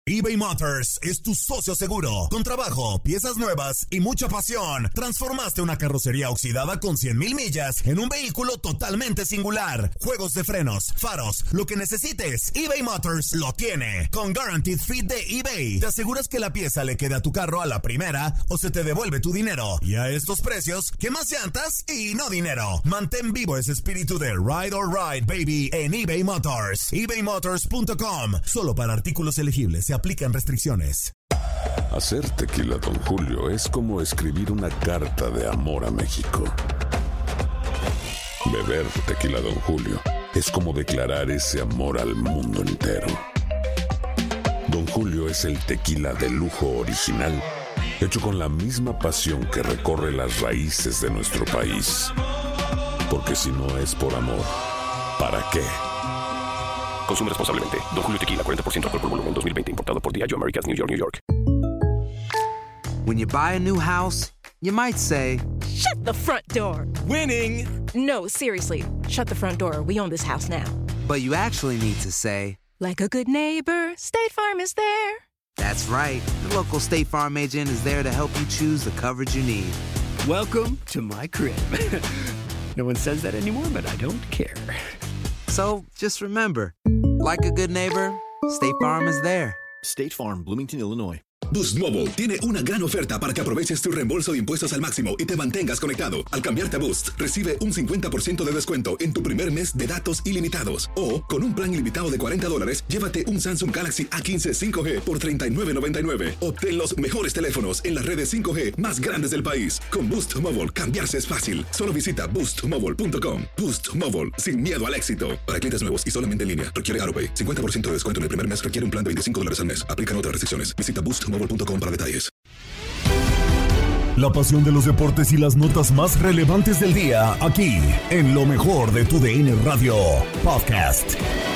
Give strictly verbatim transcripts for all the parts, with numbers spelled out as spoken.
eBay Motors es tu socio seguro. Con trabajo, piezas nuevas y mucha pasión, transformaste una carrocería oxidada con cien mil millas en un vehículo totalmente singular. Juegos de frenos, faros, lo que necesites, eBay Motors lo tiene. Con Guaranteed Fit de eBay, te aseguras que la pieza le quede a tu carro a la primera o se te devuelve tu dinero. Y a estos precios, ¿qué más llantas y no dinero? Mantén vivo ese espíritu de Ride or Ride, baby, en eBay Motors. ebay motors punto com. Solo para artículos elegibles se aplican restricciones. Hacer tequila Don Julio es como escribir una carta de amor a México. Beber tequila Don Julio es como declarar ese amor al mundo entero. Don Julio es el tequila de lujo original, hecho con la misma pasión que recorre las raíces de nuestro país. Porque si no es por amor, ¿para qué? Consume responsablemente. Don Julio Tequila, cuarenta por ciento alcohol por volumen, dos mil veinte. Importado por Diageo Americas, New York, New York. When you buy a new house, you might say, "Shut the front door." Winning! No, seriously. Shut the front door. We own this house now. But you actually need to say, like a good neighbor, State Farm is there. That's right. The local State Farm agent is there to help you choose the coverage you need. Welcome to my crib. No one says that anymore, but I don't care. So, just remember, like a good neighbor, State Farm is there. State Farm, Bloomington, Illinois. Boost Mobile tiene una gran oferta para que aproveches tu reembolso de impuestos al máximo y te mantengas conectado. Al cambiarte a Boost, recibe un cincuenta por ciento de descuento en tu primer mes de datos ilimitados. O, con un plan ilimitado de cuarenta dólares, llévate un Samsung Galaxy A quince cinco G por treinta y nueve noventa y nueve. Obtén los mejores teléfonos en las redes cinco G más grandes del país. Con Boost Mobile, cambiarse es fácil. Solo visita boost mobile punto com. Boost Mobile, sin miedo al éxito. Para clientes nuevos y solamente en línea, requiere AutoPay. cincuenta por ciento de descuento en el primer mes requiere un plan de veinticinco dólares al mes. Aplican otras restricciones. Visita boost mobile punto com para detalles. La pasión de los deportes y las notas más relevantes del día, aquí, en lo mejor de tu D N Radio Podcast.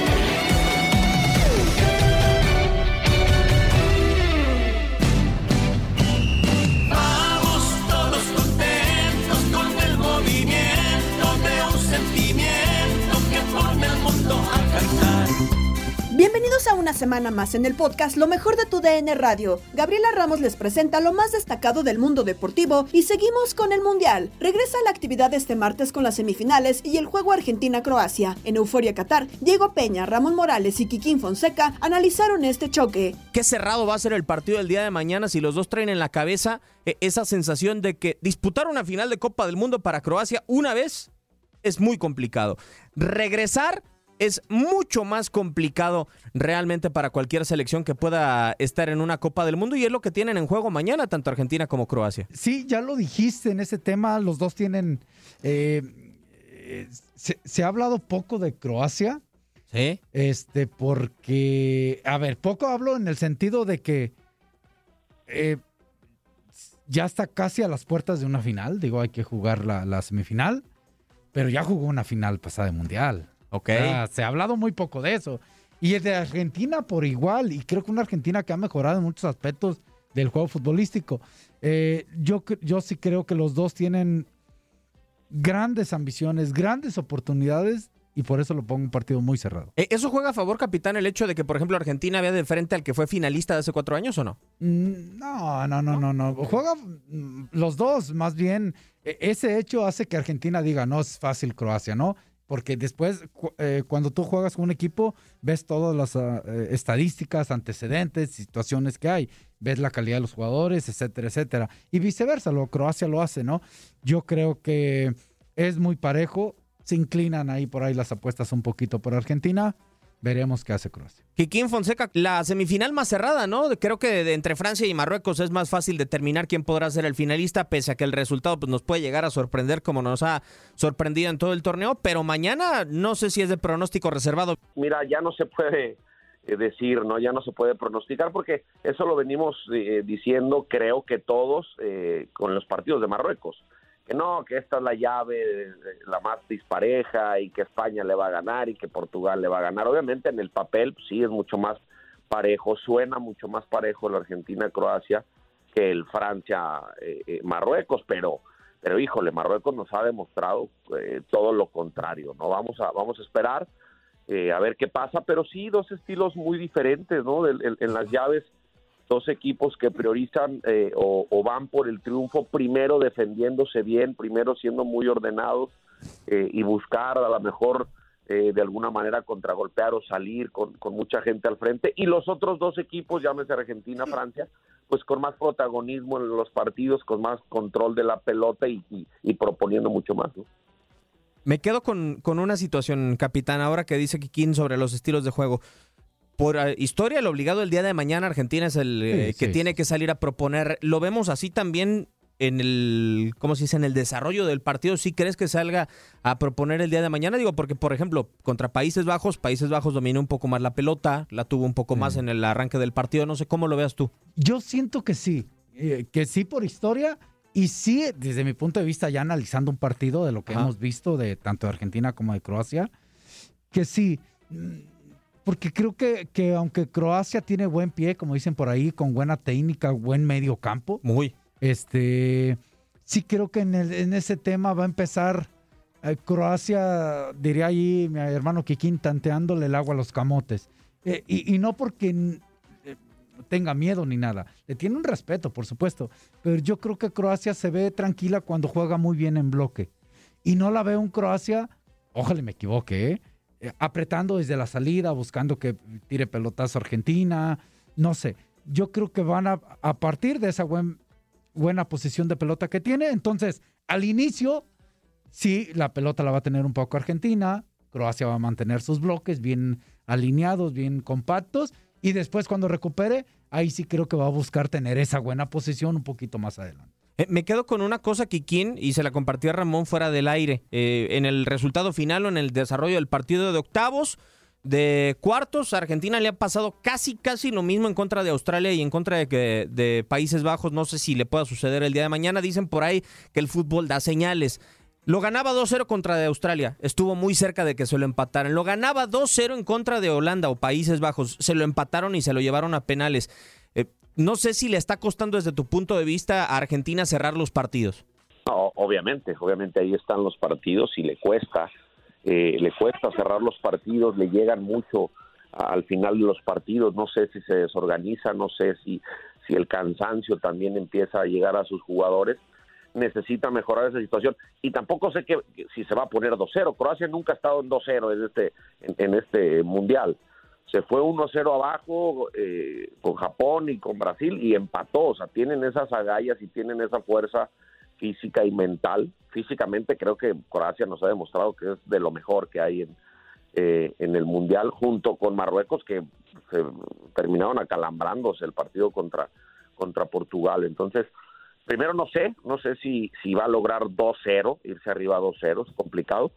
Vamos todos contentos con el movimiento de un sentimiento que pone al mundo a cantar. Bienvenidos a una semana más en el podcast Lo mejor de tu D N Radio. Gabriela Ramos les presenta lo más destacado del mundo deportivo y seguimos con el Mundial. Regresa la actividad este martes con las semifinales y el juego Argentina-Croacia. En Euforia Qatar, Diego Peña, Ramón Morales y Kikín Fonseca analizaron este choque. Qué cerrado va a ser el partido del día de mañana si los dos traen en la cabeza eh, esa sensación de que disputar una final de Copa del Mundo para Croacia una vez es muy complicado. Regresar es mucho más complicado realmente para cualquier selección que pueda estar en una Copa del Mundo y es lo que tienen en juego mañana tanto Argentina como Croacia. Sí, ya lo dijiste en ese tema, los dos tienen... Eh, eh, se, se ha hablado poco de Croacia. Sí. Este, porque... A ver, poco hablo en el sentido de que eh, ya está casi a las puertas de una final. Digo, hay que jugar la, la semifinal, pero ya jugó una final pasada de Mundial. Ok. O sea, se ha hablado muy poco de eso. Y el de Argentina por igual. Y creo que una Argentina que ha mejorado en muchos aspectos del juego futbolístico. Eh, yo, yo sí creo que los dos tienen grandes ambiciones, grandes oportunidades. Y por eso lo pongo un partido muy cerrado. ¿Eso juega a favor, capitán, el hecho de que, por ejemplo, Argentina vea de frente al que fue finalista de hace cuatro años o no? No, no, no, no, no. Juega los dos, más bien. Ese hecho hace que Argentina diga, no es fácil Croacia, ¿no? Porque después, eh, cuando tú juegas con un equipo, ves todas las uh, estadísticas, antecedentes, situaciones que hay. Ves la calidad de los jugadores, etcétera, etcétera. Y viceversa, lo, Croacia lo hace, ¿no? Yo creo que es muy parejo. Se inclinan ahí por ahí las apuestas un poquito por Argentina. Veremos qué hace Croacia. Kikín Fonseca, la semifinal más cerrada, ¿no? Creo que de entre Francia y Marruecos es más fácil determinar quién podrá ser el finalista, pese a que el resultado pues, nos puede llegar a sorprender como nos ha sorprendido en todo el torneo, pero mañana no sé si es de pronóstico reservado. Mira, ya no se puede eh, decir, ¿no? Ya no se puede pronosticar porque eso lo venimos eh, diciendo, creo que todos, eh, con los partidos de Marruecos. Que no, que esta es la llave, la más dispareja y que España le va a ganar y que Portugal le va a ganar. Obviamente en el papel pues, sí es mucho más parejo, suena mucho más parejo la Argentina-Croacia que el Francia-Marruecos, pero, pero híjole, Marruecos nos ha demostrado eh, todo lo contrario, ¿no? Vamos a, vamos a esperar eh, a ver qué pasa, pero sí dos estilos muy diferentes, ¿no? En, en, en las llaves, dos equipos que priorizan eh, o, o van por el triunfo, primero defendiéndose bien, primero siendo muy ordenados eh, y buscar a lo mejor eh, de alguna manera contragolpear o salir con, con mucha gente al frente, y los otros dos equipos, llámese Argentina, Francia, pues con más protagonismo en los partidos, con más control de la pelota y, y, y proponiendo mucho más, ¿no? Me quedo con, con una situación, capitán, ahora que dice Kikín sobre los estilos de juego. Por uh, historia, el obligado el día de mañana, Argentina es el sí, eh, que sí. tiene que salir a proponer. ¿Lo vemos así también en el, ¿cómo se dice?, en el desarrollo del partido? ¿Sí crees que salga a proponer el día de mañana? Digo, porque, por ejemplo, contra Países Bajos, Países Bajos dominó un poco más la pelota, la tuvo un poco sí. más en el arranque del partido. No sé cómo lo veas tú. Yo siento que sí, eh, que sí por historia. Y sí, desde mi punto de vista, ya analizando un partido de lo que Ajá. hemos visto de tanto de Argentina como de Croacia, que sí, porque creo que, que aunque Croacia tiene buen pie, como dicen por ahí, con buena técnica, buen medio campo, muy, este, sí creo que en, el, en ese tema va a empezar eh, Croacia, diría ahí mi hermano Kikín, tanteándole el agua a los camotes. Eh, y, y no porque tenga miedo ni nada. Le tiene un respeto, por supuesto, pero yo creo que Croacia se ve tranquila cuando juega muy bien en bloque. Y no la veo un Croacia, ojalá me equivoque, ¿eh? Eh, apretando desde la salida, buscando que tire pelotazo Argentina, no sé. Yo creo que van a, a partir de esa buen, buena posición de pelota que tiene. Entonces, al inicio, sí, la pelota la va a tener un poco Argentina, Croacia va a mantener sus bloques bien alineados, bien compactos, y después cuando recupere, ahí sí creo que va a buscar tener esa buena posición un poquito más adelante. Eh, me quedo con una cosa, Kikín, y se la compartí a Ramón fuera del aire. Eh, en el resultado final o en el desarrollo del partido de octavos, de cuartos, a Argentina le ha pasado casi, casi lo mismo en contra de Australia y en contra de, de, de Países Bajos. No sé si le pueda suceder el día de mañana. Dicen por ahí que el fútbol da señales. Lo ganaba dos cero contra de Australia, estuvo muy cerca de que se lo empataran. Lo ganaba dos cero en contra de Holanda o Países Bajos, se lo empataron y se lo llevaron a penales. Eh, no sé si le está costando desde tu punto de vista a Argentina cerrar los partidos. No, obviamente, obviamente ahí están los partidos y le cuesta, eh, le cuesta cerrar los partidos, le llegan mucho al final de los partidos. No sé si se desorganiza, no sé si, si el cansancio también empieza a llegar a sus jugadores. Necesita mejorar esa situación, y tampoco sé que, que si se va a poner dos cero. Croacia nunca ha estado en dos cero en este, en, en este mundial. Se fue uno cero abajo eh, con Japón y con Brasil y empató. O sea, tienen esas agallas y tienen esa fuerza física y mental. Físicamente creo que Croacia nos ha demostrado que es de lo mejor que hay en, eh, en el mundial, junto con Marruecos, que se terminaron acalambrándose el partido contra, contra Portugal. Entonces, primero no sé, no sé si, si va a lograr dos cero, irse arriba a dos cero, es complicado.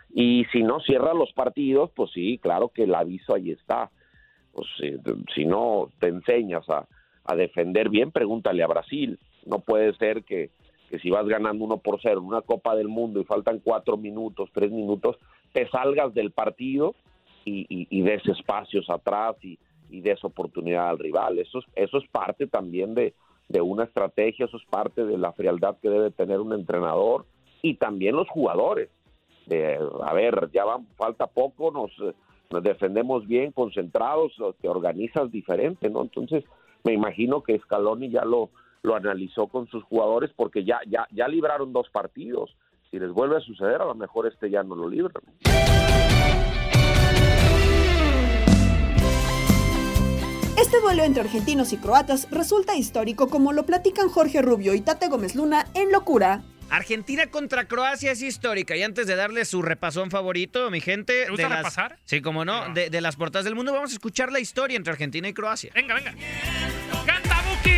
Y si no cierra los partidos, pues sí, claro que el aviso ahí está. Pues si, si no te enseñas a, a defender bien, pregúntale a Brasil. No puede ser que, que si vas ganando uno por cero en una Copa del Mundo y faltan cuatro minutos, tres minutos, te salgas del partido y, y, y des espacios atrás y, y des oportunidad al rival. Eso es, eso es parte también de de una estrategia, eso es parte de la frialdad que debe tener un entrenador y también los jugadores. Eh, a ver, ya va, falta poco, nos, nos defendemos bien, concentrados, te organizas diferente, ¿no? Entonces, me imagino que Scaloni ya lo, lo analizó con sus jugadores porque ya, ya, ya libraron dos partidos. Si les vuelve a suceder, a lo mejor este ya no lo libran. Este duelo entre argentinos y croatas resulta histórico, como lo platican Jorge Rubio y Tate Gómez Luna en Locura. Argentina contra Croacia es histórica, y antes de darle su repasón favorito, mi gente... ¿Te gusta de repasar? Las, sí, como no, no. De, de las portadas del mundo, vamos a escuchar la historia entre Argentina y Croacia. Venga, venga. ¡Canta, Buki!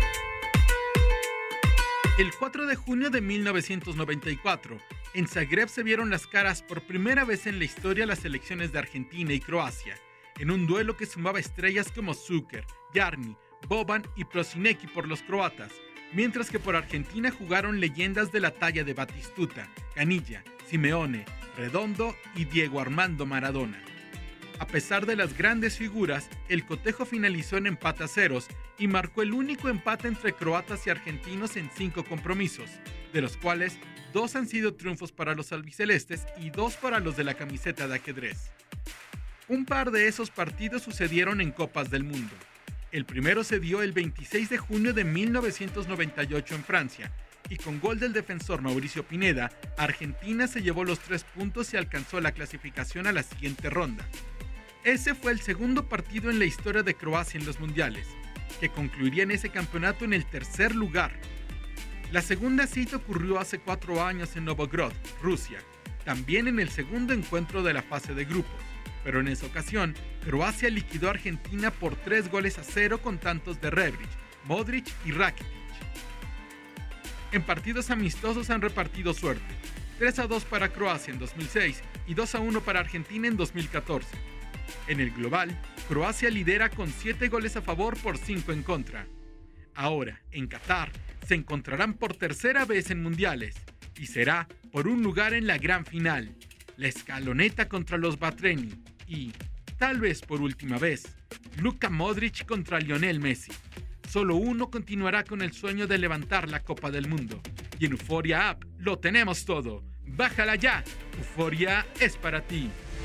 El cuatro de junio de mil novecientos noventa y cuatro, en Zagreb se vieron las caras por primera vez en la historia las selecciones de Argentina y Croacia, en un duelo que sumaba estrellas como Zucker, Jarni, Boban y Prosinecki por los croatas, mientras que por Argentina jugaron leyendas de la talla de Batistuta, Canilla, Simeone, Redondo y Diego Armando Maradona. A pesar de las grandes figuras, el cotejo finalizó en empate a ceros y marcó el único empate entre croatas y argentinos en cinco compromisos, de los cuales dos han sido triunfos para los albicelestes y dos para los de la camiseta de ajedrez. Un par de esos partidos sucedieron en Copas del Mundo. El primero se dio el veintiséis de junio de mil novecientos noventa y ocho en Francia, y con gol del defensor Mauricio Pineda, Argentina se llevó los tres puntos y alcanzó la clasificación a la siguiente ronda. Ese fue el segundo partido en la historia de Croacia en los mundiales, que concluiría en ese campeonato en el tercer lugar. La segunda cita ocurrió hace cuatro años en Novograd, Rusia, también en el segundo encuentro de la fase de grupos, pero en esa ocasión, Croacia liquidó a Argentina por tres goles a cero con tantos de Rebrić, Modric y Rakitic. En partidos amistosos han repartido suerte, tres a dos para Croacia en dos mil seis y dos a uno para Argentina en dos mil catorce. En el global, Croacia lidera con siete goles a favor por cinco en contra. Ahora, en Qatar, se encontrarán por tercera vez en mundiales, y será por un lugar en la gran final, la escaloneta contra los Batreni, y, tal vez por última vez, Luka Modric contra Lionel Messi. Solo uno continuará con el sueño de levantar la Copa del Mundo. Y en Euforia App lo tenemos todo. ¡Bájala ya! Euforia es para ti.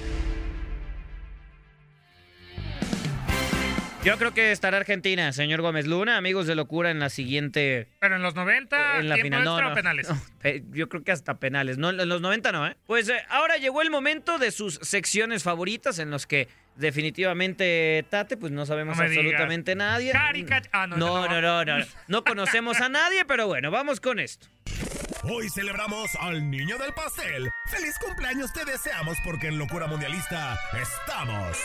Yo creo que estará Argentina, señor Gómez Luna, amigos de locura en la siguiente... Pero en los noventa, en la tiempo final, no, extra no, o penales. no, eh, yo creo que hasta penales, no, en los noventa no, ¿eh? Pues eh, ahora llegó el momento de sus secciones favoritas en los que definitivamente Tate, pues no sabemos No me absolutamente digas. nadie. Carica- ah, no, no, no, no, no, no, no conocemos a nadie, pero bueno, vamos con esto. Hoy celebramos al niño del pastel. ¡Feliz cumpleaños te deseamos porque en Locura Mundialista estamos!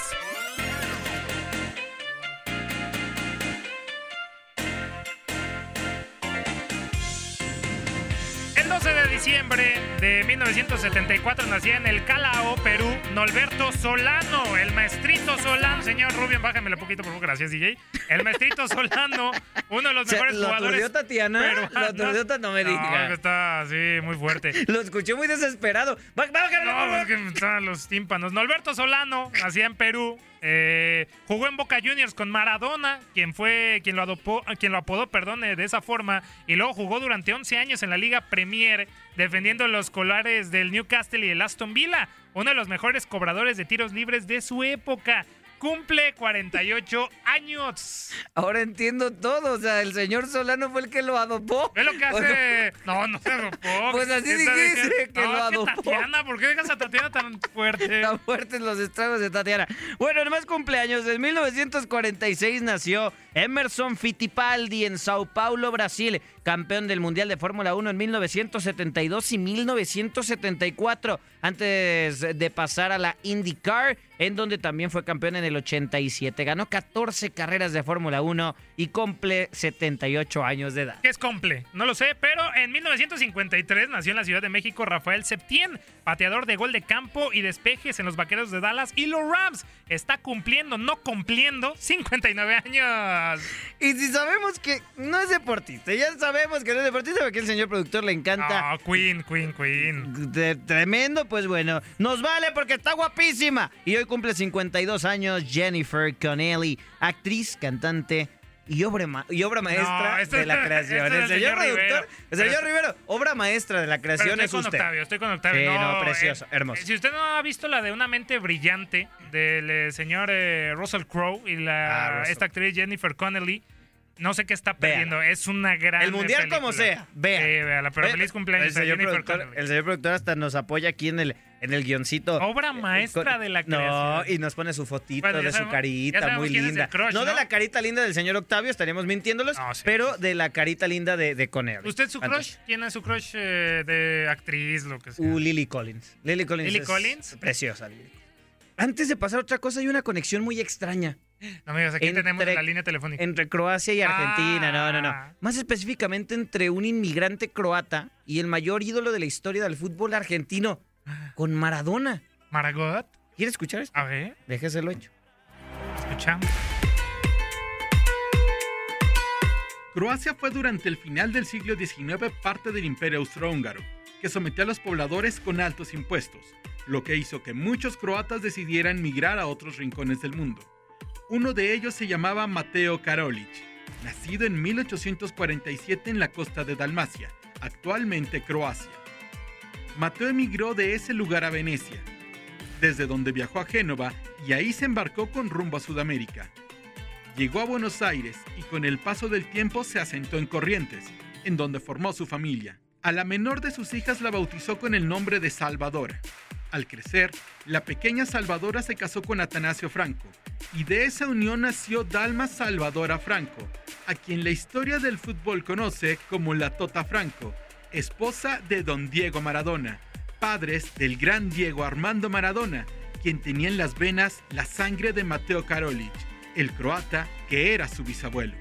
El doce de diciembre de mil novecientos setenta y cuatro nacía en el Callao, Perú, Norberto Solano, el maestrito Solano. Señor Rubio, bájamelo un poquito, por favor, gracias, D J. El maestrito Solano, uno de los Se- mejores ¿lo jugadores. aturdió Tatiana? peruanos. ¿Lo aturdió Tatiana? No me diga. No, que está así, muy fuerte. Lo escuché muy desesperado. Va- bájamelo, por No, favor. es que me están los tímpanos. Norberto Solano, nacía en Perú. Eh, jugó en Boca Juniors con Maradona, quien fue quien lo adopó, quien lo apodó, perdón, eh, de esa forma, y luego jugó durante once años en la Liga Premier, defendiendo los colores del Newcastle y el Aston Villa, uno de los mejores cobradores de tiros libres de su época. Cumple cuarenta y ocho años. Ahora entiendo todo, o sea, el señor Solano fue el que lo adopó. ¿Ve lo que hace? No, no se adopó. Pues así Está dijiste diciendo- que No, lo es adopó. Tatiana, ¿por qué dejas a Tatiana tan fuerte? Tan fuertes los estragos de Tatiana. Bueno, en más cumpleaños, en mil novecientos cuarenta y seis nació Emerson Fittipaldi en Sao Paulo, Brasil, campeón del Mundial de Fórmula uno en mil novecientos setenta y dos y mil novecientos setenta y cuatro, antes de pasar a la IndyCar, en donde también fue campeón en el ochenta y siete. Ganó catorce carreras de Fórmula uno y cumple setenta y ocho años de edad. ¿Qué es comple? No lo sé, pero en mil novecientos cincuenta y tres nació en la Ciudad de México Rafael Septién, pateador de gol de campo y despejes en los Vaqueros de Dallas y los Rams. Está cumpliendo, no cumpliendo, cincuenta y nueve años. Y si sabemos que no es deportista, ya sabemos que no es deportista porque el señor productor le encanta. Ah, Queen, Queen, Queen. De- tremendo, pues bueno, nos vale porque está guapísima. Y hoy cumple cincuenta y dos años Jennifer Connelly, actriz, cantante y obra, ma- y obra maestra No, este de es- la creación. este es el el señor señor productor, Rivero. el señor Pero- Rivero, obra maestra de la Pero creación estoy es con usted. Octavio, estoy con Octavio. Sí, no, no, precioso, eh, hermoso. eh, Si usted no ha visto la de Una mente brillante del eh, señor eh, Russell Crowe y la, Ah, Russell. esta actriz Jennifer Connelly, no sé qué está Véala. perdiendo. Es una gran El mundial película. como sea, vea. Sí, véala, pero Eh, feliz cumpleaños el a señor, Jennifer productor, Connelly. el señor productor hasta nos apoya aquí en el, en el guioncito. Obra maestra Con- de la No, creación. y nos pone su fotito Bueno, ya de su sabemos- ya carita, sabemos muy quién es el linda. crush, no, de ¿no? la carita linda del señor Octavio, estaríamos mintiéndolos, No, sí, pero sí, sí. de la carita linda de, de Connelly. ¿Usted su Entonces, crush? ¿Quién es su crush eh, de actriz, lo que sea? Uh, Lily Collins. Lily Collins. ¿Lily es Collins? Preciosa, Lily Collins. Antes de pasar a otra cosa, hay una conexión muy extraña No me digas, aquí Entre- tenemos la línea telefónica. entre Croacia y Argentina. No, no, no. Ah. Más específicamente entre un inmigrante croata y el mayor ídolo de la historia del fútbol argentino, con Maradona. ¿Margot? ¿Quiere escuchar esto? A ver, Déjeselo hecho. escuchamos. Croacia fue durante el final del siglo diecinueve parte del Imperio Austrohúngaro, que sometió a los pobladores con altos impuestos, lo que hizo que muchos croatas decidieran migrar a otros rincones del mundo. Uno de ellos se llamaba Mateo Karolic, nacido en mil ochocientos cuarenta y siete en la costa de Dalmacia, actualmente Croacia. Mateo emigró de ese lugar a Venecia. desde donde viajó a Génova y ahí se embarcó con rumbo a Sudamérica. Llegó a Buenos Aires y con el paso del tiempo se asentó en Corrientes, en donde formó su familia. A la menor de sus hijas la bautizó con el nombre de Salvadora. Al crecer, la pequeña Salvadora se casó con Atanasio Franco, y de esa unión nació Dalma Salvadora Franco, a quien la historia del fútbol conoce como la Tota Franco, esposa de don Diego Maradona, padres del gran Diego Armando Maradona, quien tenía en las venas la sangre de Mateo Karolic, el croata que era su bisabuelo.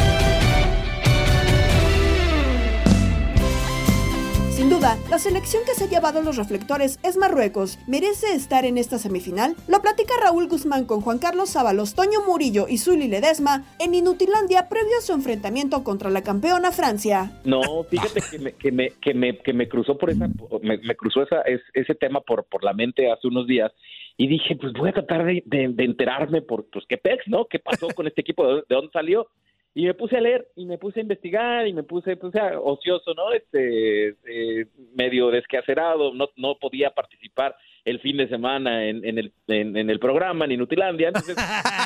Sin duda, la selección que se ha llevado los reflectores es Marruecos. ¿Merece estar en esta semifinal? Lo platica Raúl Guzmán con Juan Carlos Ábalos, Toño Murillo y Zuli Ledesma en Inutilandia previo a su enfrentamiento contra la campeona Francia. No, fíjate que me, que me, que me, que me cruzó por esa, me, me cruzó esa, es, ese tema por, por la mente hace unos días y dije, pues voy a tratar de, de, de enterarme por, pues qué pex, ¿no? ¿Qué pasó con este equipo? ¿De, de dónde salió? Y me puse a leer y me puse a investigar y me puse, pues, ocioso, ¿no? Este, eh, medio desquacerado, no, no podía participar el fin de semana en, en, el, en, en el programa en Inutilandia. Entonces,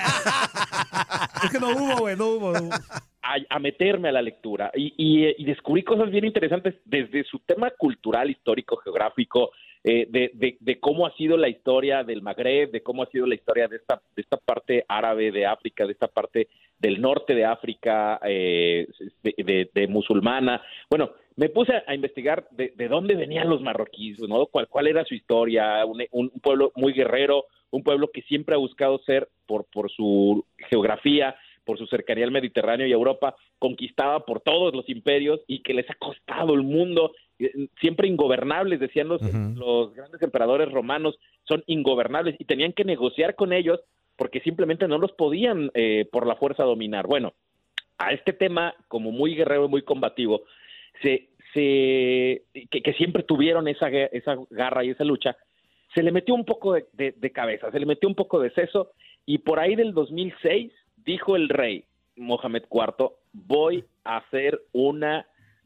es que no hubo, güey, no hubo. No hubo. A, a meterme a la lectura y, y, y descubrí cosas bien interesantes desde su tema cultural, histórico, geográfico, eh, de, de, de cómo ha sido la historia del Magreb, de cómo ha sido la historia de esta, de esta parte árabe de África, de esta parte del norte de África, eh, de, de, de musulmana. Bueno, me puse a investigar de, de dónde venían los marroquíes, ¿no? ¿Cuál, cuál era su historia? Un, un pueblo muy guerrero, un pueblo que siempre ha buscado ser, por, por su geografía, por su cercanía al Mediterráneo y Europa, conquistada por todos los imperios y que les ha costado el mundo, siempre ingobernables, decían los, uh-huh. los grandes emperadores romanos, son ingobernables y tenían que negociar con ellos porque simplemente no los podían eh, por la fuerza dominar. Bueno, a este tema, como muy guerrero y muy combativo, se, se, que, que siempre tuvieron esa, esa garra y esa lucha, se le metió un poco de, de, de cabeza, se le metió un poco de seso y por ahí del dos mil seis dijo el rey Mohamed cuarto, voy a hacer una,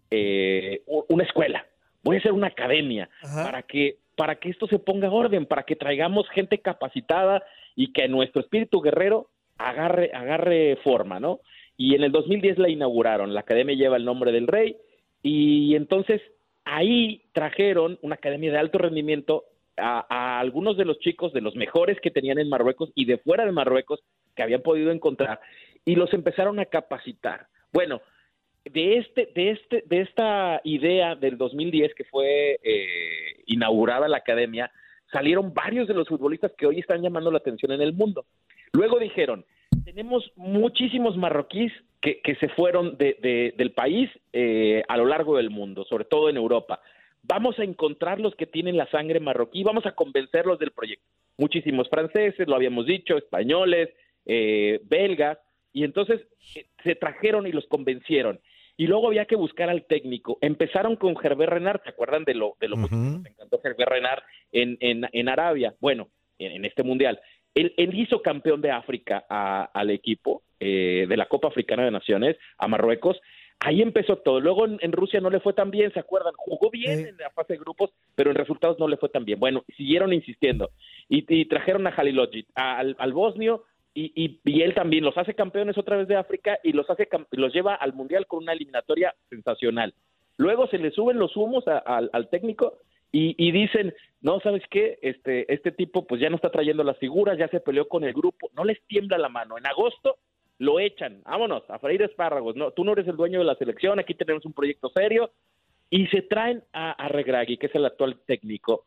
eh, una escuela, voy a hacer una academia para que, para que esto se ponga orden, para que traigamos gente capacitada y que nuestro espíritu guerrero agarre, agarre forma, ¿no? Y en el dos mil diez la inauguraron, la academia lleva el nombre del rey y entonces ahí trajeron una academia de alto rendimiento a, a algunos de los chicos, de los mejores que tenían en Marruecos y de fuera de Marruecos que habían podido encontrar y los empezaron a capacitar. Bueno, de este, de este, de esta idea del dos mil diez que fue eh, inaugurada la academia, salieron varios de los futbolistas que hoy están llamando la atención en el mundo. Luego dijeron, tenemos muchísimos marroquíes que, que se fueron de, de, del país eh, a lo largo del mundo, sobre todo en Europa. Vamos a encontrar los que tienen la sangre marroquí, vamos a convencerlos del proyecto. Muchísimos franceses, lo habíamos dicho, españoles, eh, belgas, y entonces eh, se trajeron y los convencieron. Y luego había que buscar al técnico. Empezaron con Hervé Renard, ¿se acuerdan de lo de lo uh-huh. que nos encantó Hervé Renard en, en, en Arabia? Bueno, en, en este mundial. Él, él hizo campeón de África a, al equipo eh, de la Copa Africana de Naciones, a Marruecos. Ahí empezó todo. Luego en, en Rusia no le fue tan bien, ¿se acuerdan? Jugó bien eh. en la fase de grupos, pero en resultados no le fue tan bien. Bueno, siguieron insistiendo. Y, y trajeron a Halilovic, al, al bosnio, y, y, y él también los hace campeones otra vez de África y los hace los lleva al Mundial con una eliminatoria sensacional. Luego se le suben los humos a, a, al técnico y, y dicen, no, ¿sabes qué? Este, este tipo pues ya no está trayendo las figuras, ya se peleó con el grupo, no les tiembla la mano. En agosto lo echan, vámonos, a freír espárragos, no, tú no eres el dueño de la selección, aquí tenemos un proyecto serio, y se traen a, a Regragui, que es el actual técnico.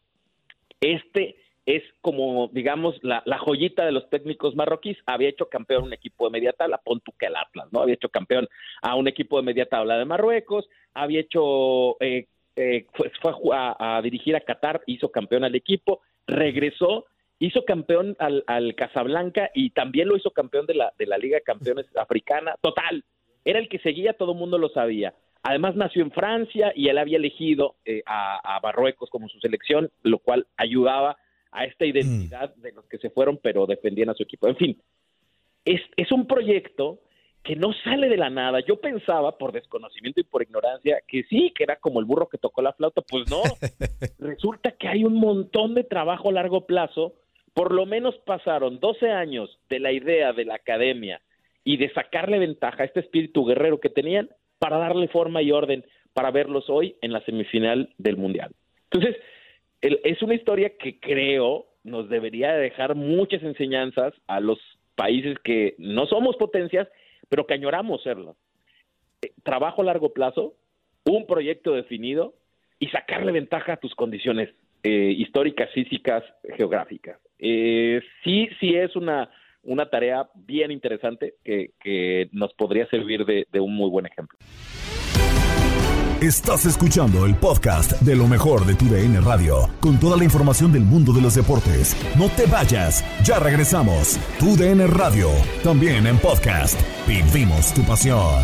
Este es como, digamos, la, la joyita de los técnicos marroquíes. Había hecho campeón un equipo de media tabla, pon tú que el Atlas, ¿no? Había hecho campeón a un equipo de media tabla de Marruecos, había hecho, eh, eh, fue, fue a, a dirigir a Qatar, hizo campeón al equipo, regresó, hizo campeón al, al Casablanca y también lo hizo campeón de la, de la Liga de Campeones Africana. Total, era el que seguía, todo el mundo lo sabía. Además nació en Francia y él había elegido eh, a, a Marruecos como su selección, lo cual ayudaba a esta identidad de los que se fueron pero defendían a su equipo. En fin, es, es un proyecto que no sale de la nada. Yo pensaba, por desconocimiento y por ignorancia, que sí, que era como el burro que tocó la flauta. Pues no, resulta que hay un montón de trabajo a largo plazo por lo menos pasaron doce años de la idea de la academia y de sacarle ventaja a este espíritu guerrero que tenían para darle forma y orden para verlos hoy en la semifinal del Mundial. Entonces, el, es una historia que creo nos debería dejar muchas enseñanzas a los países que no somos potencias, pero que añoramos serlo. Eh, trabajo a largo plazo, un proyecto definido y sacarle ventaja a tus condiciones eh, históricas, físicas, geográficas. Eh, sí, sí es una, una tarea bien interesante que, que nos podría servir de, de un muy buen ejemplo. Estás escuchando el podcast de lo mejor de tu D N Radio, con toda la información del mundo de los deportes. No te vayas, ya regresamos. Tu D N Radio, también en podcast. Vivimos tu pasión.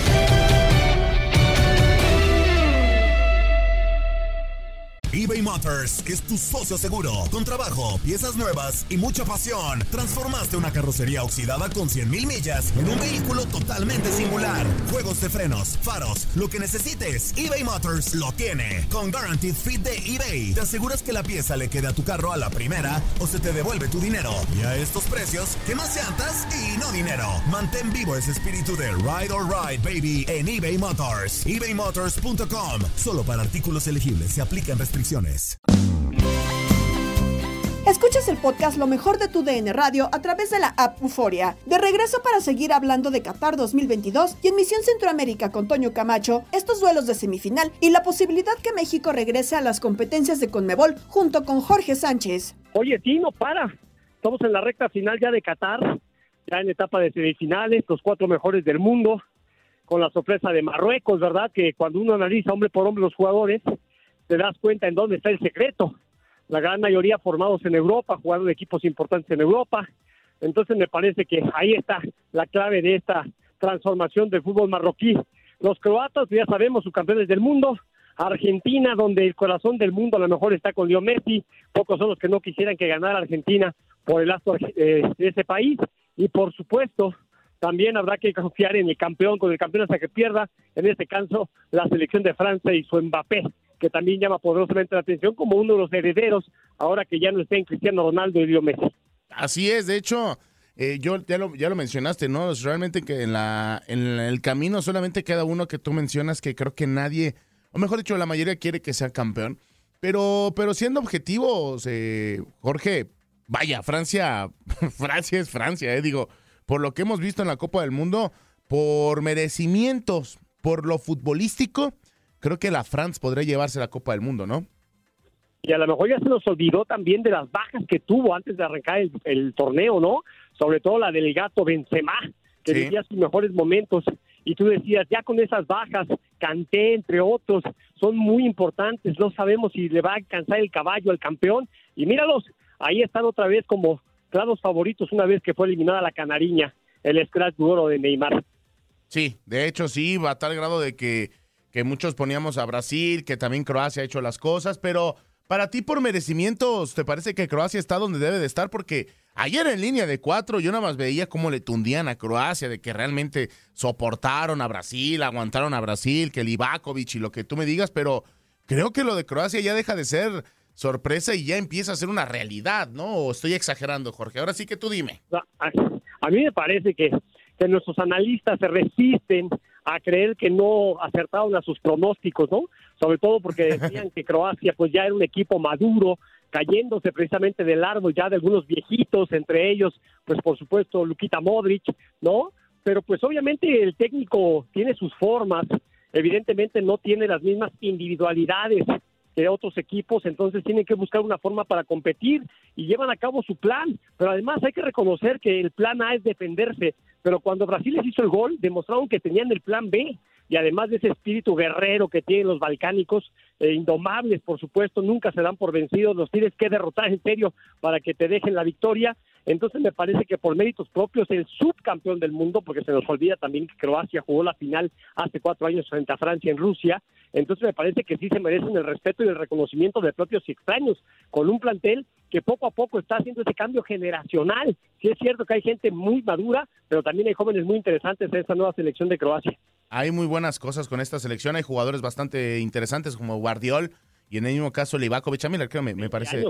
eBay Motors es tu socio seguro. Con trabajo, piezas nuevas y mucha pasión, transformaste una carrocería oxidada con cien mil millas en un vehículo totalmente singular. Juegos de frenos, faros, lo que necesites, eBay Motors lo tiene. Con Guaranteed Fit de eBay, te aseguras que la pieza le quede a tu carro a la primera o se te devuelve tu dinero. Y a estos precios, ¿qué más llantas y no dinero? Mantén vivo ese espíritu de Ride or Ride, baby, en eBay Motors. ebay motors punto com. Solo para artículos elegibles se aplican restricciones. Escuchas el podcast Lo mejor de tu D N Radio a través de la app Euforia. De regreso para seguir hablando de Qatar dos mil veintidós y en Misión Centroamérica con Toño Camacho, estos duelos de semifinal y la posibilidad que México regrese a las competencias de Conmebol junto con Jorge Sánchez. Oye, sí, no para. Estamos en la recta final ya de Qatar, ya en etapa de semifinales, los cuatro mejores del mundo, con la sorpresa de Marruecos, ¿verdad? Que cuando uno analiza hombre por hombre los jugadores, te das cuenta en dónde está el secreto. La gran mayoría formados en Europa, jugando en equipos importantes en Europa. Entonces me parece que ahí está la clave de esta transformación del fútbol marroquí. Los croatas, ya sabemos, subcampeones del mundo. Argentina, donde el corazón del mundo a lo mejor está con Leo Messi. Pocos son los que no quisieran que ganara Argentina por el astro eh, de ese país. Y por supuesto, también habrá que confiar en el campeón, con el campeón hasta que pierda. En este caso, la selección de Francia y su Mbappé, que también llama poderosamente la atención como uno de los herederos, ahora que ya no está en Cristiano Ronaldo y Leo Messi. Así es, de hecho, eh, yo ya lo, ya lo mencionaste, ¿no? Es realmente que en, la, en el camino solamente queda uno que tú mencionas que creo que nadie, o mejor dicho, la mayoría quiere que sea campeón, pero, pero siendo objetivos, eh, Jorge, vaya, Francia, Francia es Francia, eh, digo, por lo que hemos visto en la Copa del Mundo, por merecimientos, por lo futbolístico, creo que la France podría llevarse la Copa del Mundo, ¿no? Y a lo mejor ya se nos olvidó también de las bajas que tuvo antes de arrancar el, el torneo, ¿no? Sobre todo la del gato Benzema, que sí vivía sus mejores momentos. Y tú decías, ya con esas bajas, Kanté, entre otros, son muy importantes. No sabemos si le va a alcanzar el caballo al campeón. Y míralos, ahí están otra vez como claros favoritos una vez que fue eliminada la canariña, el scratch duro de Neymar. Sí, de hecho sí, va a tal grado de que que muchos poníamos a Brasil, que también Croacia ha hecho las cosas, pero para ti por merecimientos, ¿te parece que Croacia está donde debe de estar? Porque ayer en línea de cuatro yo nada más veía cómo le tundían a Croacia, de que realmente soportaron a Brasil, aguantaron a Brasil, que Livakovic y lo que tú me digas, pero creo que lo de Croacia ya deja de ser sorpresa y ya empieza a ser una realidad, ¿no? ¿O estoy exagerando, Jorge? Ahora sí que tú dime. A, a mí me parece que, que nuestros analistas se resisten a creer que no acertaron a sus pronósticos, ¿no? Sobre todo porque decían que Croacia pues ya era un equipo maduro, cayéndose precisamente del árbol ya de algunos viejitos, entre ellos, pues por supuesto Lukita Modric, ¿no? Pero pues obviamente el técnico tiene sus formas, evidentemente no tiene las mismas individualidades de otros equipos, entonces tienen que buscar una forma para competir y llevan a cabo su plan, pero además hay que reconocer que el plan A es defenderse, pero cuando Brasil les hizo el gol, demostraron que tenían el plan B, y además de ese espíritu guerrero que tienen los balcánicos, eh, indomables por supuesto, nunca se dan por vencidos, los tienes que derrotar en serio para que te dejen la victoria. Entonces me parece que por méritos propios el subcampeón del mundo, porque se nos olvida también que Croacia jugó la final hace cuatro años frente a Francia en Rusia, entonces me parece que sí se merecen el respeto y el reconocimiento de propios y extraños, con un plantel que poco a poco está haciendo ese cambio generacional. Sí es cierto que hay gente muy madura, pero también hay jóvenes muy interesantes en esta nueva selección de Croacia. Hay muy buenas cosas con esta selección, hay jugadores bastante interesantes como Guardiol y en el mismo caso Livakovic, a mí creo me, me parece...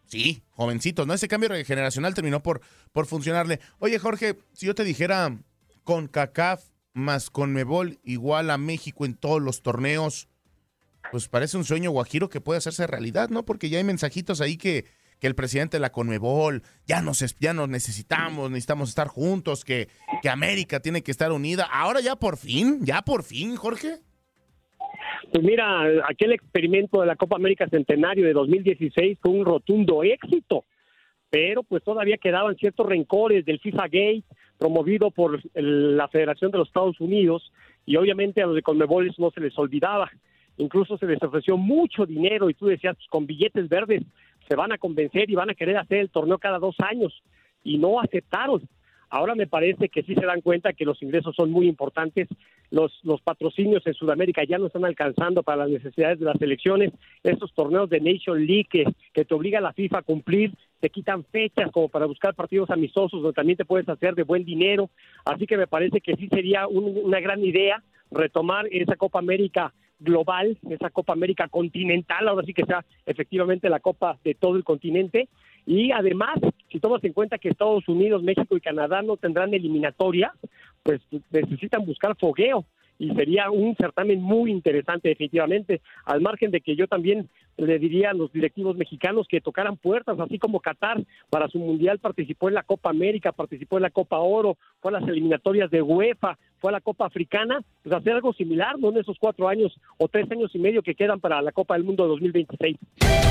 Sí, jovencitos, ¿no? Ese cambio generacional terminó por, por funcionarle. Oye, Jorge, si yo te dijera CONCACAF más CONMEBOL igual a México en todos los torneos, pues parece un sueño guajiro que puede hacerse realidad, ¿no? Porque ya hay mensajitos ahí que, que el presidente de la CONMEBOL, ya nos, ya nos necesitamos, necesitamos estar juntos, que, que América tiene que estar unida. Ahora ya por fin, ya por fin, Jorge. Pues mira, aquel experimento de la Copa América Centenario de dos mil dieciséis fue un rotundo éxito, pero pues todavía quedaban ciertos rencores del FIFA Gate, promovido por el, la Federación de los Estados Unidos, y obviamente a los de CONMEBOL no se les olvidaba. Incluso se les ofreció mucho dinero, y tú decías, pues, con billetes verdes se van a convencer y van a querer hacer el torneo cada dos años, y no aceptaron. Ahora me parece que sí se dan cuenta que los ingresos son muy importantes, los, los patrocinios en Sudamérica ya no están alcanzando para las necesidades de las selecciones, estos torneos de Nation League que, que te obliga la FIFA a cumplir, te quitan fechas como para buscar partidos amistosos donde también te puedes hacer de buen dinero, así que me parece que sí sería un, una gran idea retomar esa Copa América global, esa Copa América continental, ahora sí que sea efectivamente la Copa de todo el continente. Y además, si tomas en cuenta que Estados Unidos, México y Canadá no tendrán eliminatoria, pues necesitan buscar fogueo, y sería un certamen muy interesante definitivamente, al margen de que yo también le diría a los directivos mexicanos que tocaran puertas, así como Qatar para su mundial participó en la Copa América, participó en la Copa Oro, fue a las eliminatorias de UEFA, fue a la Copa Africana, pues hacer algo similar, ¿no? En esos cuatro años o tres años y medio que quedan para la Copa del Mundo de dos mil veintiséis.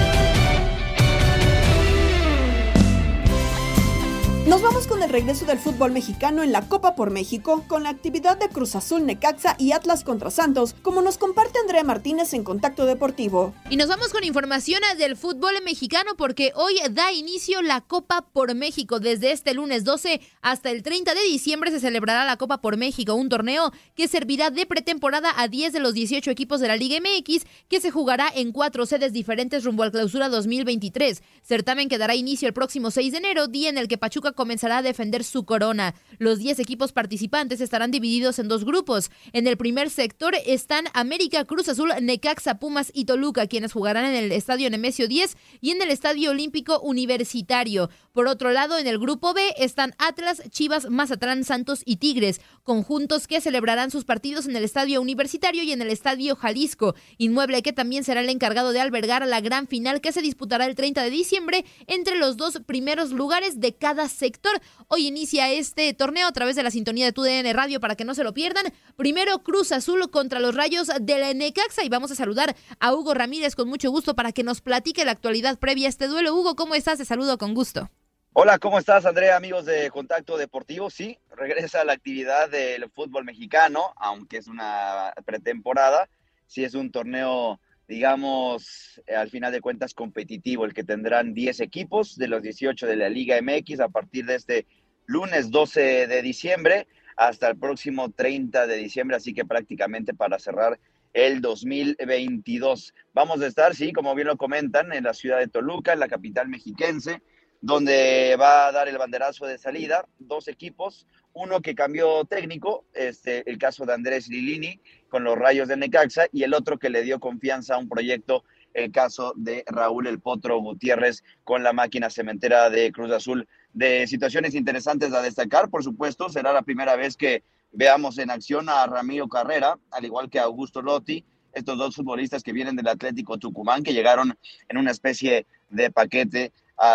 Nos vamos con el regreso del fútbol mexicano en la Copa por México, con la actividad de Cruz Azul, Necaxa y Atlas contra Santos, como nos comparte Andrea Martínez en Contacto Deportivo. Y nos vamos con información del fútbol mexicano porque hoy da inicio la Copa por México. Desde este lunes doce hasta el treinta de diciembre se celebrará la Copa por México, un torneo que servirá de pretemporada a diez de los dieciocho equipos de la Liga M X, que se jugará en cuatro sedes diferentes rumbo al Clausura dos mil veintitrés. Certamen que dará inicio el próximo seis de enero, día en el que Pachuca comenzará a defender su corona. Los diez equipos participantes estarán divididos en dos grupos. En el primer sector están América, Cruz Azul, Necaxa, Pumas y Toluca, quienes jugarán en el Estadio Nemesio diez y en el Estadio Olímpico Universitario. Por otro lado, en el grupo B están Atlas, Chivas, Mazatlán, Santos y Tigres, conjuntos que celebrarán sus partidos en el Estadio Universitario y en el Estadio Jalisco, inmueble que también será el encargado de albergar la gran final que se disputará el treinta de diciembre entre los dos primeros lugares de cada sector. Hoy inicia este torneo a través de la sintonía de Tu D N Radio para que no se lo pierdan. Primero Cruz Azul contra los Rayos de la Necaxa, y vamos a saludar a Hugo Ramírez con mucho gusto para que nos platique la actualidad previa a este duelo. Hugo, ¿cómo estás? Te saludo con gusto. Hola, ¿cómo estás, Andrea? Amigos de Contacto Deportivo, sí, regresa la actividad del fútbol mexicano, aunque es una pretemporada, sí es un torneo, digamos, al final de cuentas competitivo, el que tendrán diez equipos de los dieciocho de la Liga M X a partir de este lunes doce de diciembre hasta el próximo treinta de diciembre, así que prácticamente para cerrar el dos mil veintidós. Vamos a estar, sí, como bien lo comentan, en la ciudad de Toluca, en la capital mexiquense, donde va a dar el banderazo de salida dos equipos, uno que cambió técnico, este, el caso de Andrés Lilini con los Rayos de Necaxa, y el otro que le dio confianza a un proyecto, el caso de Raúl El Potro Gutiérrez con la máquina cementera de Cruz Azul. De situaciones interesantes a destacar, por supuesto, será la primera vez que veamos en acción a Ramiro Carrera, al igual que a Augusto Lotti, estos dos futbolistas que vienen del Atlético Tucumán, que llegaron en una especie de paquete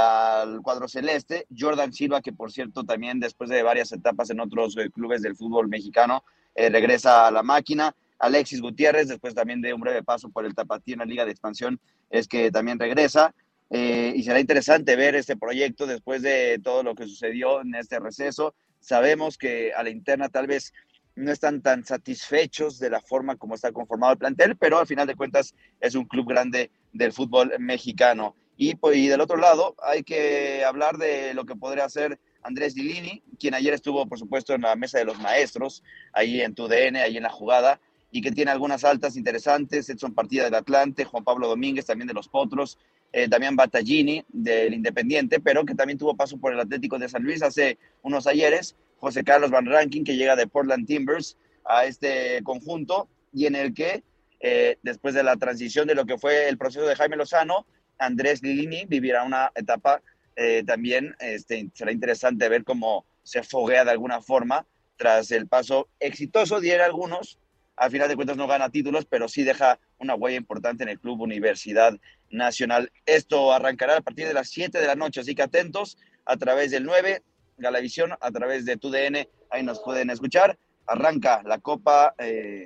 al cuadro celeste. Jordan Silva, que por cierto también después de varias etapas en otros eh, clubes del fútbol mexicano, eh, regresa a la máquina. Alexis Gutiérrez, después también de un breve paso por el Tapatío en la Liga de Expansión, es que también regresa. Eh, y será interesante ver este proyecto después de todo lo que sucedió en este receso. Sabemos que a la interna tal vez no están tan satisfechos de la forma como está conformado el plantel, pero al final de cuentas es un club grande del fútbol mexicano. Y, pues, y del otro lado hay que hablar de lo que podría hacer Andrés Lilini, quien ayer estuvo, por supuesto, en la mesa de los maestros, ahí en Tu D N, ahí en la jugada, y que tiene algunas altas interesantes. Edson Partida del Atlante, Juan Pablo Domínguez también de los Potros, eh, también Battaglini del Independiente, pero que también tuvo paso por el Atlético de San Luis hace unos ayeres, José Carlos Van Rankin, que llega de Portland Timbers a este conjunto, y en el que, eh, después de la transición de lo que fue el proceso de Jaime Lozano, Andrés Lilini vivirá una etapa eh, también, este, será interesante ver cómo se foguea de alguna forma tras el paso exitoso, diera algunos. Al final de cuentas no gana títulos, pero sí deja una huella importante en el Club Universidad Nacional. Esto arrancará a partir de las siete de la noche, así que atentos a través del nueve, Galavisión, a través de TUDN, ahí nos pueden escuchar. Arranca la Copa eh,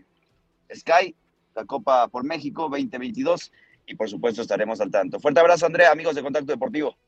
Sky, la Copa por México veinte veintidós, y por supuesto estaremos al tanto. Fuerte abrazo, Andrea, amigos de Contacto Deportivo.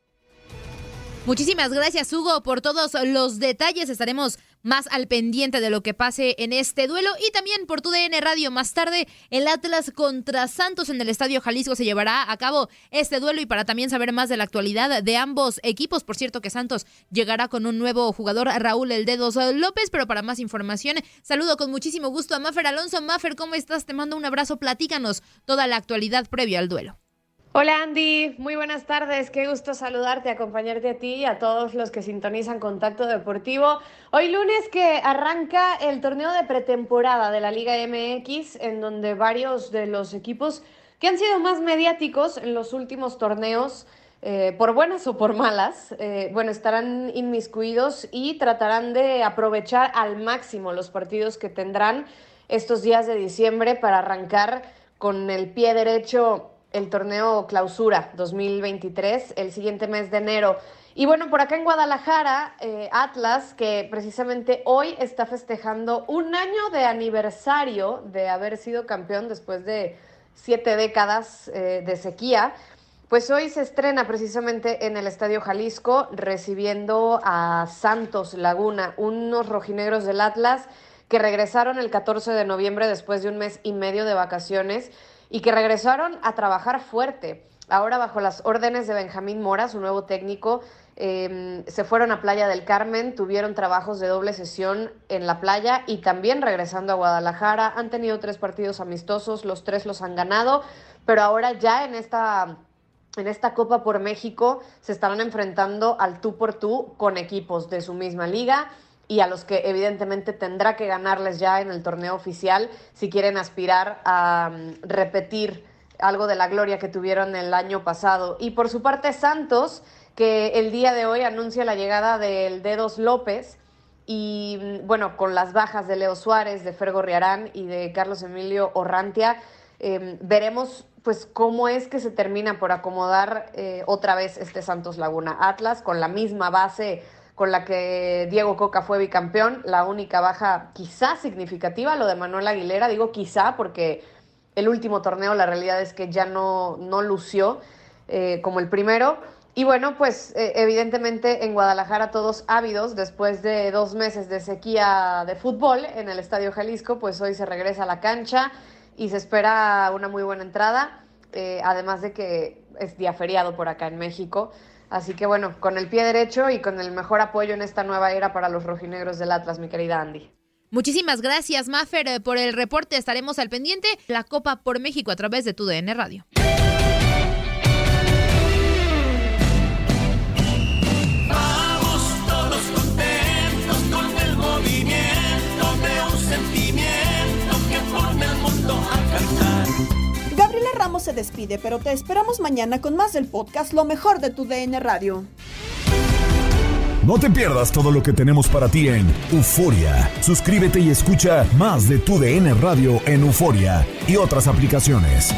Muchísimas gracias, Hugo, por todos los detalles. Estaremos más al pendiente de lo que pase en este duelo y también por TUDN Radio. Más tarde, el Atlas contra Santos en el Estadio Jalisco se llevará a cabo este duelo, y para también saber más de la actualidad de ambos equipos, por cierto que Santos llegará con un nuevo jugador, Raúl El Dedos López, pero para más información saludo con muchísimo gusto a Mafer Alonso. Mafer, ¿cómo estás? Te mando un abrazo, platícanos toda la actualidad previa al duelo. Hola Andy, muy buenas tardes, qué gusto saludarte, acompañarte a ti y a todos los que sintonizan Contacto Deportivo. Hoy lunes que arranca el torneo de pretemporada de la Liga M X, en donde varios de los equipos que han sido más mediáticos en los últimos torneos, eh, por buenas o por malas, eh, bueno, estarán inmiscuidos y tratarán de aprovechar al máximo los partidos que tendrán estos días de diciembre para arrancar con el pie derecho el torneo Clausura dos mil veintitrés, el siguiente mes de enero. Y bueno, por acá en Guadalajara, eh, Atlas, que precisamente hoy está festejando un año de aniversario de haber sido campeón después de siete décadas eh, de sequía, pues hoy se estrena precisamente en el Estadio Jalisco recibiendo a Santos Laguna, unos rojinegros del Atlas que regresaron el catorce de noviembre después de un mes y medio de vacaciones y que regresaron a trabajar fuerte. Ahora bajo las órdenes de Benjamín Mora, su nuevo técnico, eh, se fueron a Playa del Carmen, tuvieron trabajos de doble sesión en la playa y también regresando a Guadalajara. Han tenido tres partidos amistosos, los tres los han ganado, pero ahora ya en esta, en esta Copa por México se estarán enfrentando al tú por tú con equipos de su misma liga y a los que evidentemente tendrá que ganarles ya en el torneo oficial si quieren aspirar a um, repetir algo de la gloria que tuvieron el año pasado. Y por su parte Santos, que el día de hoy anuncia la llegada del Dedos López y bueno, con las bajas de Leo Suárez, de Fer Gorriarán y de Carlos Emilio Orrantia, eh, veremos pues cómo es que se termina por acomodar eh, otra vez este Santos Laguna. Atlas con la misma base con la que Diego Coca fue bicampeón, la única baja quizá significativa, lo de Manuel Aguilera, digo quizá porque el último torneo la realidad es que ya no, no lució eh, como el primero. Y bueno, pues eh, evidentemente en Guadalajara todos ávidos después de dos meses de sequía de fútbol en el Estadio Jalisco, pues hoy se regresa a la cancha y se espera una muy buena entrada, eh, además de que es día feriado por acá en México. Así que bueno, con el pie derecho y con el mejor apoyo en esta nueva era para los rojinegros del Atlas, mi querida Andy. Muchísimas gracias, Mafer, por el reporte. Estaremos al pendiente. La Copa por México a través de TUDN Radio. Vamos todos contentos con el movimiento de un sentimiento que pone al mundo a cantar. Gabriela Ramos se despide, pero te esperamos mañana con más del podcast Lo Mejor de TUDN Radio. No te pierdas todo lo que tenemos para ti en Euforia. Suscríbete y escucha más de TUDN Radio en Euforia y otras aplicaciones.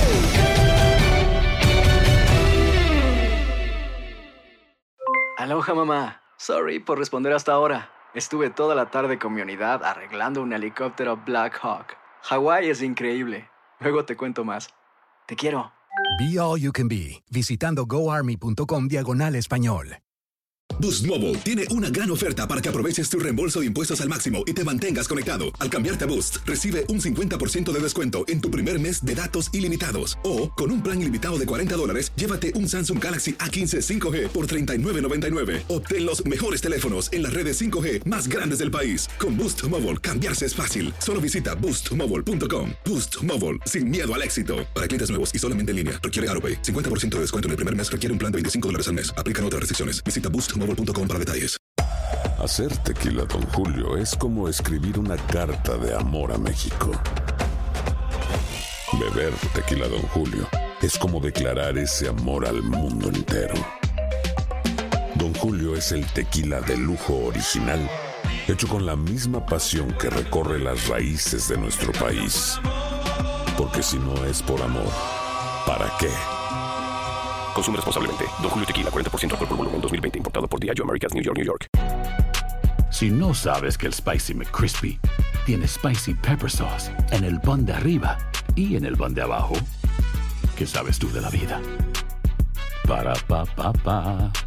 Aloha, mamá. Sorry por responder hasta ahora. Estuve toda la tarde con mi unidad arreglando un helicóptero Black Hawk. Hawái es increíble. Luego te cuento más. Te quiero. Be All You Can Be, visitando goarmy.com diagonal español. Boost Mobile tiene una gran oferta para que aproveches tu reembolso de impuestos al máximo y te mantengas conectado. Al cambiarte a Boost, recibe un cincuenta por ciento de descuento en tu primer mes de datos ilimitados. O, con un plan ilimitado de cuarenta dólares, llévate un Samsung Galaxy A quince cinco G por treinta y nueve noventa y nueve. Obtén los mejores teléfonos en las redes cinco G más grandes del país. Con Boost Mobile, cambiarse es fácil. Solo visita boost mobile punto com. Boost Mobile, sin miedo al éxito. Para clientes nuevos y solamente en línea, requiere AutoPay. cincuenta por ciento de descuento en el primer mes requiere un plan de veinticinco dólares al mes. Aplican otras restricciones. Visita boost mobile punto com para detalles. Hacer tequila Don Julio es como escribir una carta de amor a México. Beber tequila Don Julio es como declarar ese amor al mundo entero. Don Julio es el tequila de lujo original, hecho con la misma pasión que recorre las raíces de nuestro país. Porque si no es por amor, ¿para qué? Consume responsablemente. Don Julio Tequila, cuarenta por ciento alcohol por volumen, dos mil veinte. Importado por Diageo Americas, New York, New York. Si no sabes que el Spicy McCrispy tiene Spicy Pepper Sauce en el pan de arriba y en el pan de abajo, ¿qué sabes tú de la vida? Para, pa, pa, pa.